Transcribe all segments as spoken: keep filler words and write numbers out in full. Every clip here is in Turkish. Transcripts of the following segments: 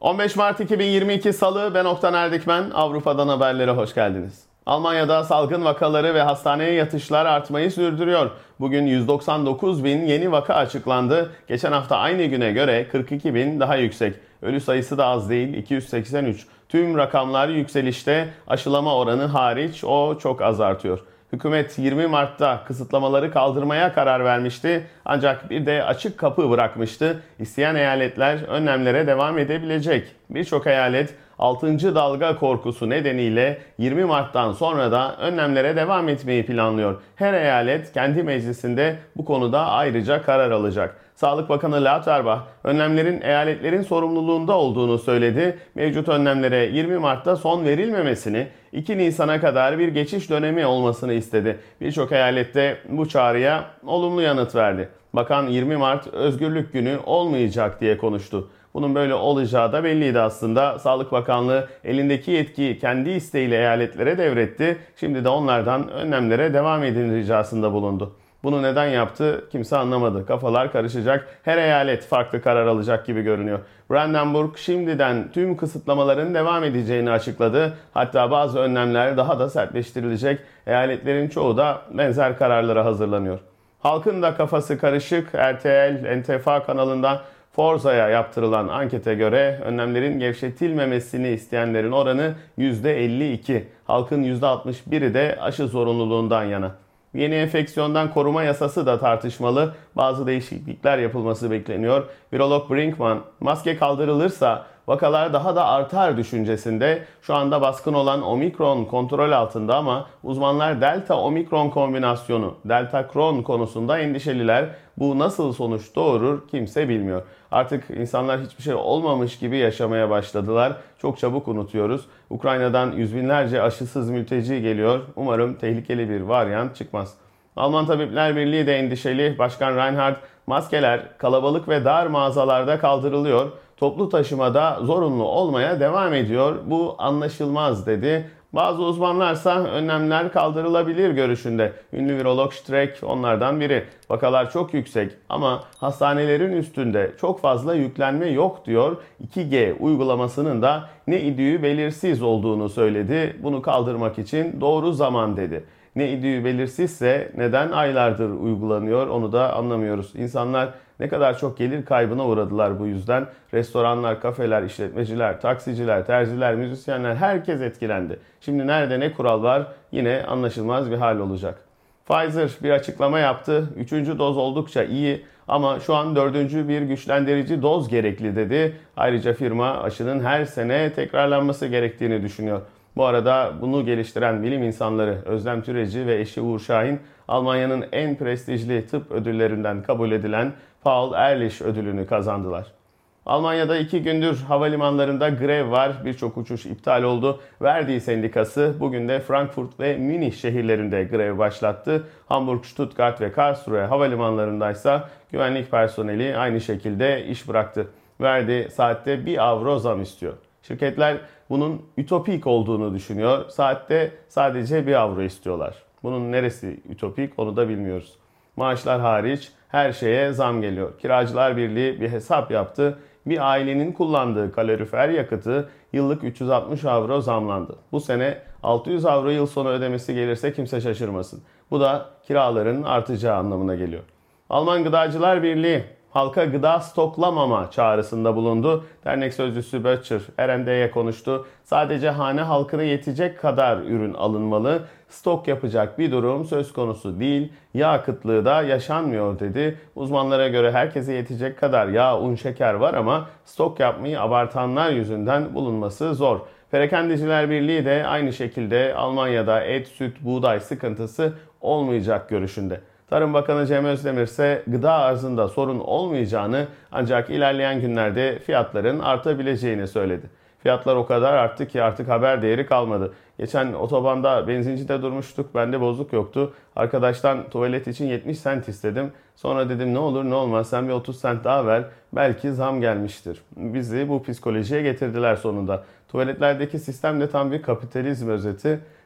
on beş Mart iki bin yirmi iki Salı, ben Oktan Erdikmen. Avrupa'dan haberlere hoş geldiniz. Almanya'da salgın vakaları ve hastaneye yatışlar artmayı sürdürüyor. Bugün yüz doksan dokuz bin yeni vaka açıklandı. Geçen hafta aynı güne göre kırk iki bin daha yüksek. Ölü sayısı da az değil, iki yüz seksen üç. Tüm rakamlar yükselişte, aşılama oranı hariç o çok az artıyor. Hükümet yirmi Mart'ta kısıtlamaları kaldırmaya karar vermişti, ancak bir de açık kapı bırakmıştı. İsteyen eyaletler önlemlere devam edebilecek. Birçok eyalet altıncı dalga korkusu nedeniyle yirmi Mart'tan sonra da önlemlere devam etmeyi planlıyor. Her eyalet kendi meclisinde bu konuda ayrıca karar alacak. Sağlık Bakanı Lauterbach, önlemlerin eyaletlerin sorumluluğunda olduğunu söyledi. Mevcut önlemlere yirmi Mart'ta son verilmemesini, iki Nisan'a kadar bir geçiş dönemi olmasını istedi. Birçok eyalette bu çağrıya olumlu yanıt verdi. Bakan yirmi Mart Özgürlük Günü olmayacak diye konuştu. Bunun böyle olacağı da belliydi aslında. Sağlık Bakanlığı elindeki yetkiyi kendi isteğiyle eyaletlere devretti. Şimdi de onlardan önlemlere devam edin ricasında bulundu. Bunu neden yaptı kimse anlamadı. Kafalar karışacak. Her eyalet farklı karar alacak gibi görünüyor. Brandenburg şimdiden tüm kısıtlamaların devam edeceğini açıkladı. Hatta bazı önlemler daha da sertleştirilecek. Eyaletlerin çoğu da benzer kararlara hazırlanıyor. Halkın da kafası karışık. R T L, N T F A kanalından Forza'ya yaptırılan ankete göre önlemlerin gevşetilmemesini isteyenlerin oranı yüzde elli iki. Halkın yüzde altmış biri de aşı zorunluluğundan yana. Yeni enfeksiyondan koruma yasası da tartışmalı. Bazı değişiklikler yapılması bekleniyor. Virolog Brinkman, maske kaldırılırsa vakalar daha da artar düşüncesinde. Şu anda baskın olan Omikron kontrol altında ama uzmanlar Delta-Omikron kombinasyonu, Delta-Kron konusunda endişeliler. Bu nasıl sonuç doğurur kimse bilmiyor. Artık insanlar hiçbir şey olmamış gibi yaşamaya başladılar. Çok çabuk unutuyoruz. Ukrayna'dan yüz binlerce aşısız mülteci geliyor. Umarım tehlikeli bir varyant çıkmaz. Alman Tabipler Birliği de endişeli. Başkan Reinhardt, maskeler kalabalık ve dar mağazalarda kaldırılıyor. Toplu taşımada zorunlu olmaya devam ediyor. Bu anlaşılmaz dedi. Bazı uzmanlarsa önlemler kaldırılabilir görüşünde. Ünlü virolog Streeck onlardan biri. Vakalar çok yüksek ama hastanelerin üstünde çok fazla yüklenme yok diyor. iki G uygulamasının da ne idüğü belirsiz olduğunu söyledi. Bunu kaldırmak için doğru zaman dedi. Ne idüğü belirsizse neden aylardır uygulanıyor onu da anlamıyoruz. İnsanlar ne kadar çok gelir kaybına uğradılar bu yüzden. Restoranlar, kafeler, işletmeciler, taksiciler, terziler, müzisyenler herkes etkilendi. Şimdi nerede ne kural var yine anlaşılmaz bir hal olacak. Pfizer bir açıklama yaptı. Üçüncü doz oldukça iyi ama şu an dördüncü bir güçlendirici doz gerekli dedi. Ayrıca firma aşının her sene tekrarlanması gerektiğini düşünüyor. Bu arada bunu geliştiren bilim insanları Özlem Türeci ve eşi Uğur Şahin, Almanya'nın en prestijli tıp ödüllerinden kabul edilen Paul Ehrlich ödülünü kazandılar. Almanya'da iki gündür havalimanlarında grev var. Birçok uçuş iptal oldu. Verdi sendikası bugün de Frankfurt ve Münih şehirlerinde grev başlattı. Hamburg, Stuttgart ve Karlsruhe havalimanlarındaysa güvenlik personeli aynı şekilde iş bıraktı. Verdi saatte bir avro zam istiyor. Şirketler bunun ütopik olduğunu düşünüyor. Saatte sadece bir avro istiyorlar. Bunun neresi ütopik onu da bilmiyoruz. Maaşlar hariç her şeye zam geliyor. Kiracılar Birliği bir hesap yaptı. Bir ailenin kullandığı kalorifer yakıtı yıllık üç yüz altmış avro zamlandı. Bu sene altı yüz avro yıl sonu ödemesi gelirse kimse şaşırmasın. Bu da kiraların artacağı anlamına geliyor. Alman Gıdacılar Birliği halka gıda stoklamama çağrısında bulundu. Dernek sözcüsü Böttcher R N D'ye konuştu. Sadece hane halkına yetecek kadar ürün alınmalı. Stok yapacak bir durum söz konusu değil. Yağ kıtlığı da yaşanmıyor dedi. Uzmanlara göre herkese yetecek kadar yağ, un, şeker var ama stok yapmayı abartanlar yüzünden bulunması zor. Perakendeciler Birliği de aynı şekilde Almanya'da et, süt, buğday sıkıntısı olmayacak görüşünde. Tarım Bakanı Cem Özdemir ise gıda arzında sorun olmayacağını ancak ilerleyen günlerde fiyatların artabileceğini söyledi. Fiyatlar o kadar arttı ki artık haber değeri kalmadı. Geçen otobanda benzincide durmuştuk. Bende bozuk yoktu. Arkadaştan tuvalet için yetmiş sent istedim. Sonra dedim ne olur ne olmaz sen bir otuz sent daha ver. Belki zam gelmiştir. Bizi bu psikolojiye getirdiler sonunda. Tuvaletlerdeki sistem de tam bir kapitalizm özeti.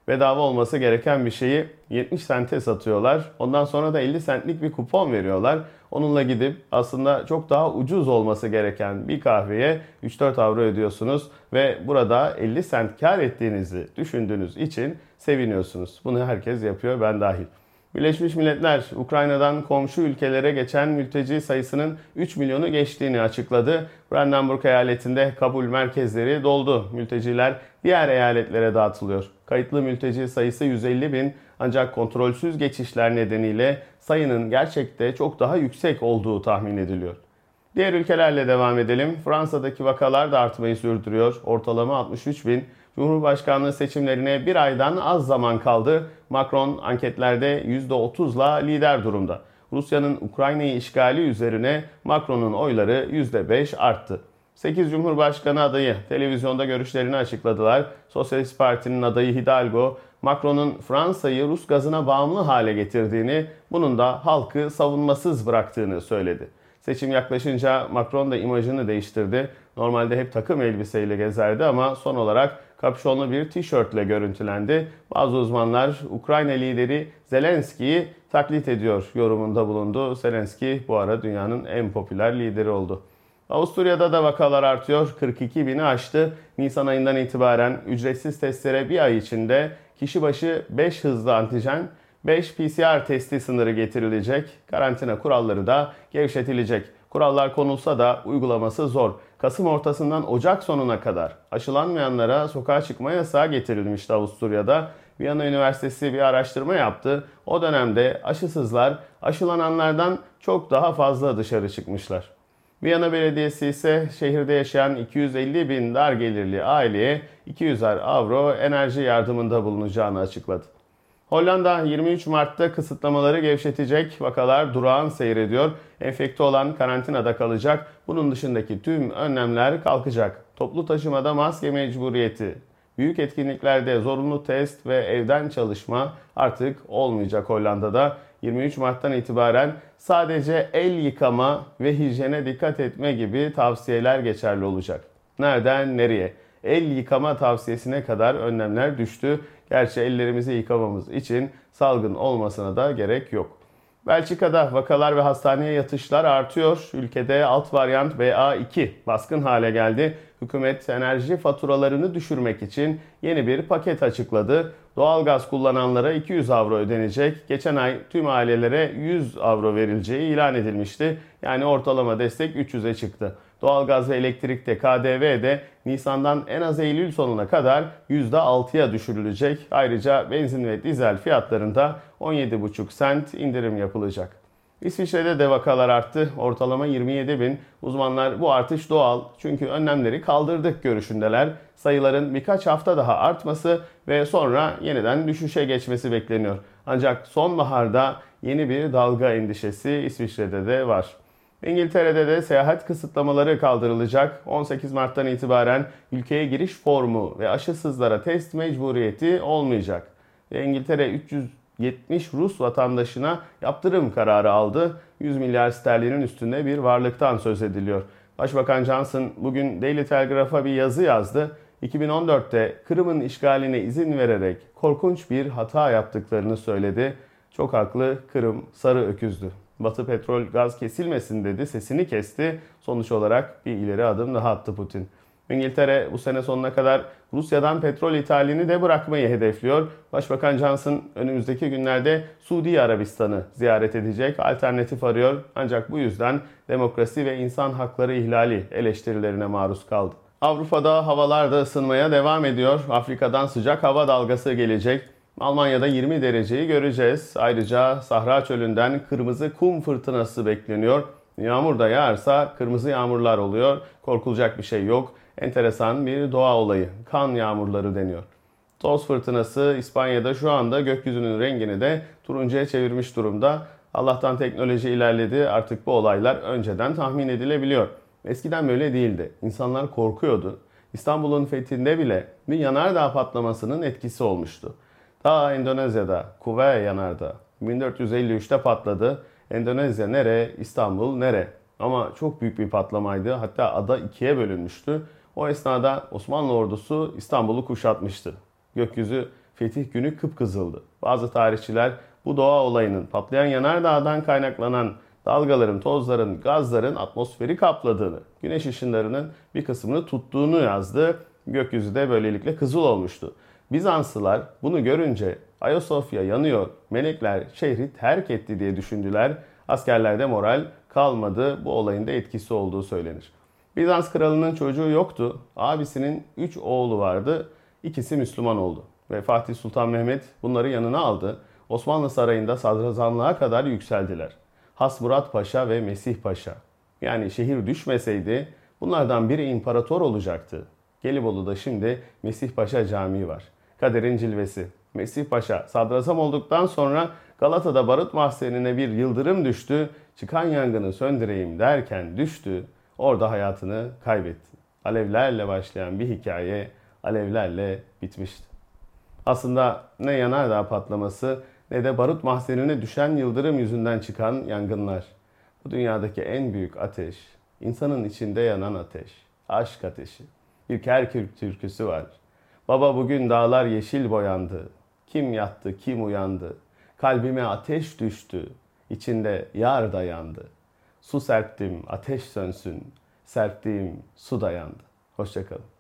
Bedava olması gereken bir şeyi yetmiş sente satıyorlar. Ondan sonra da elli centlik bir kupon veriyorlar. Onunla gidip aslında çok daha ucuz olması gereken bir kahveye üç dört avro ödüyorsunuz ve burada elli sent kar ettiğinizi düşündüğünüz için seviniyorsunuz. Bunu herkes yapıyor, ben dahil. Birleşmiş Milletler, Ukrayna'dan komşu ülkelere geçen mülteci sayısının üç milyonu geçtiğini açıkladı. Brandenburg eyaletinde kabul merkezleri doldu. Mülteciler diğer eyaletlere dağıtılıyor. Kayıtlı mülteci sayısı yüz elli bin, ancak kontrolsüz geçişler nedeniyle sayının gerçekte çok daha yüksek olduğu tahmin ediliyor. Diğer ülkelerle devam edelim. Fransa'daki vakalar da artmayı sürdürüyor. Ortalama altmış üç bin. Cumhurbaşkanlığı seçimlerine bir aydan az zaman kaldı. Macron anketlerde yüzde otuzla lider durumda. Rusya'nın Ukrayna'yı işgali üzerine Macron'un oyları yüzde beş arttı. sekiz Cumhurbaşkanı adayı televizyonda görüşlerini açıkladılar. Sosyalist Parti'nin adayı Hidalgo, Macron'un Fransa'yı Rus gazına bağımlı hale getirdiğini, bunun da halkı savunmasız bıraktığını söyledi. Seçim yaklaşınca Macron da imajını değiştirdi. Normalde hep takım elbiseyle gezerdi ama son olarak kapşonlu bir tişörtle görüntülendi. Bazı uzmanlar Ukrayna lideri Zelenski'yi taklit ediyor yorumunda bulundu. Zelenski bu ara dünyanın en popüler lideri oldu. Avusturya'da da vakalar artıyor. kırk iki bini aştı. Nisan ayından itibaren ücretsiz testlere bir ay içinde kişi başı beş hızlı antijen, beş P C R testi sınırı getirilecek. Karantina kuralları da gevşetilecek. Kurallar konulsa da uygulaması zor. Kasım ortasından Ocak sonuna kadar aşılanmayanlara sokağa çıkma yasağı getirilmişti Avusturya'da. Viyana Üniversitesi bir araştırma yaptı. O dönemde aşısızlar aşılananlardan çok daha fazla dışarı çıkmışlar. Viyana Belediyesi ise şehirde yaşayan iki yüz elli bin dar gelirli aileye iki yüzer avro enerji yardımında bulunacağını açıkladı. Hollanda yirmi üç Mart'ta kısıtlamaları gevşetecek. Vakalar durağan seyrediyor. Enfekte olan karantinada kalacak. Bunun dışındaki tüm önlemler kalkacak. Toplu taşımada maske mecburiyeti, büyük etkinliklerde zorunlu test ve evden çalışma artık olmayacak Hollanda'da. yirmi üç Mart'tan itibaren sadece el yıkama ve hijyene dikkat etme gibi tavsiyeler geçerli olacak. Nereden nereye? El yıkama tavsiyesine kadar önlemler düştü. Gerçi ellerimizi yıkamamız için salgın olmasına da gerek yok. Belçika'da vakalar ve hastaneye yatışlar artıyor. Ülkede alt varyant B A iki baskın hale geldi. Hükümet enerji faturalarını düşürmek için yeni bir paket açıkladı. Doğalgaz kullananlara iki yüz avro ödenecek. Geçen ay tüm ailelere yüz avro verileceği ilan edilmişti. Yani ortalama destek üç yüze çıktı. Doğalgaz ve elektrikte K D V de Nisan'dan en az Eylül sonuna kadar yüzde altıya düşürülecek. Ayrıca benzin ve dizel fiyatlarında on yedi buçuk sent indirim yapılacak. İsviçre'de de vakalar arttı. Ortalama yirmi yedi bin. Uzmanlar bu artış doğal çünkü önlemleri kaldırdık görüşündeler. Sayıların birkaç hafta daha artması ve sonra yeniden düşüşe geçmesi bekleniyor. Ancak sonbaharda yeni bir dalga endişesi İsviçre'de de var. İngiltere'de de seyahat kısıtlamaları kaldırılacak. on sekiz Mart'tan itibaren ülkeye giriş formu ve aşısızlara test mecburiyeti olmayacak. Ve İngiltere üç yüz yetmiş Rus vatandaşına yaptırım kararı aldı. yüz milyar sterlinin üstünde bir varlıktan söz ediliyor. Başbakan Johnson bugün Daily Telegraph'a bir yazı yazdı. iki bin on dörtte Kırım'ın işgaline izin vererek korkunç bir hata yaptıklarını söyledi. Çok haklı, Kırım sarı öküzdü. Batı petrol gaz kesilmesin dedi, sesini kesti. Sonuç olarak bir ileri adım daha attı Putin. İngiltere bu sene sonuna kadar Rusya'dan petrol ithalini de bırakmayı hedefliyor. Başbakan Johnson önümüzdeki günlerde Suudi Arabistan'ı ziyaret edecek, alternatif arıyor. Ancak bu yüzden demokrasi ve insan hakları ihlali eleştirilerine maruz kaldı. Avrupa'da havalar da ısınmaya devam ediyor. Afrika'dan sıcak hava dalgası gelecek. Almanya'da yirmi dereceyi göreceğiz. Ayrıca Sahra Çölü'nden kırmızı kum fırtınası bekleniyor. Yağmur da yağarsa kırmızı yağmurlar oluyor. Korkulacak bir şey yok. Enteresan bir doğa olayı. Kan yağmurları deniyor. Toz fırtınası İspanya'da şu anda gökyüzünün rengini de turuncuya çevirmiş durumda. Allah'tan teknoloji ilerledi. Artık bu olaylar önceden tahmin edilebiliyor. Eskiden böyle değildi. İnsanlar korkuyordu. İstanbul'un fethinde bile bir yanardağ patlamasının etkisi olmuştu. Ta Endonezya'da, Kuvey yanardağı bin dört yüz elli üçte patladı. Endonezya nere, İstanbul nere? Ama çok büyük bir patlamaydı. Hatta ada ikiye bölünmüştü. O esnada Osmanlı ordusu İstanbul'u kuşatmıştı. Gökyüzü Fetih günü kıpkızıldı. Bazı tarihçiler bu doğa olayının patlayan yanardağdan kaynaklanan dalgaların, tozların, gazların atmosferi kapladığını, güneş ışınlarının bir kısmını tuttuğunu yazdı. Gökyüzü de böylelikle kızıl olmuştu. Bizanslılar bunu görünce Ayasofya yanıyor, melekler şehri terk etti diye düşündüler. Askerlerde moral kalmadı. Bu olayın da etkisi olduğu söylenir. Bizans kralının çocuğu yoktu. Abisinin üç oğlu vardı. İkisi Müslüman oldu. Ve Fatih Sultan Mehmet bunları yanına aldı. Osmanlı Sarayı'nda sadrazamlığa kadar yükseldiler. Has Murat Paşa ve Mesih Paşa. Yani şehir düşmeseydi bunlardan biri imparator olacaktı. Gelibolu'da şimdi Mesih Paşa Camii var. Kaderin cilvesi. Mesih Paşa sadrazam olduktan sonra Galata'da barut mahzenine bir yıldırım düştü. Çıkan yangını söndüreyim derken düştü. Orada hayatını kaybetti. Alevlerle başlayan bir hikaye alevlerle bitmişti. Aslında ne yanardağ patlaması ne de barut mahzenine düşen yıldırım yüzünden çıkan yangınlar. Bu dünyadaki en büyük ateş, insanın içinde yanan ateş, aşk ateşi. Bir Kerkük türküsü var. Baba bugün dağlar yeşil boyandı. Kim yattı, kim uyandı. Kalbime ateş düştü. İçinde yar dayandı. Su serptim, ateş sönsün. Serptiğim su dayandı. Hoşça kalın.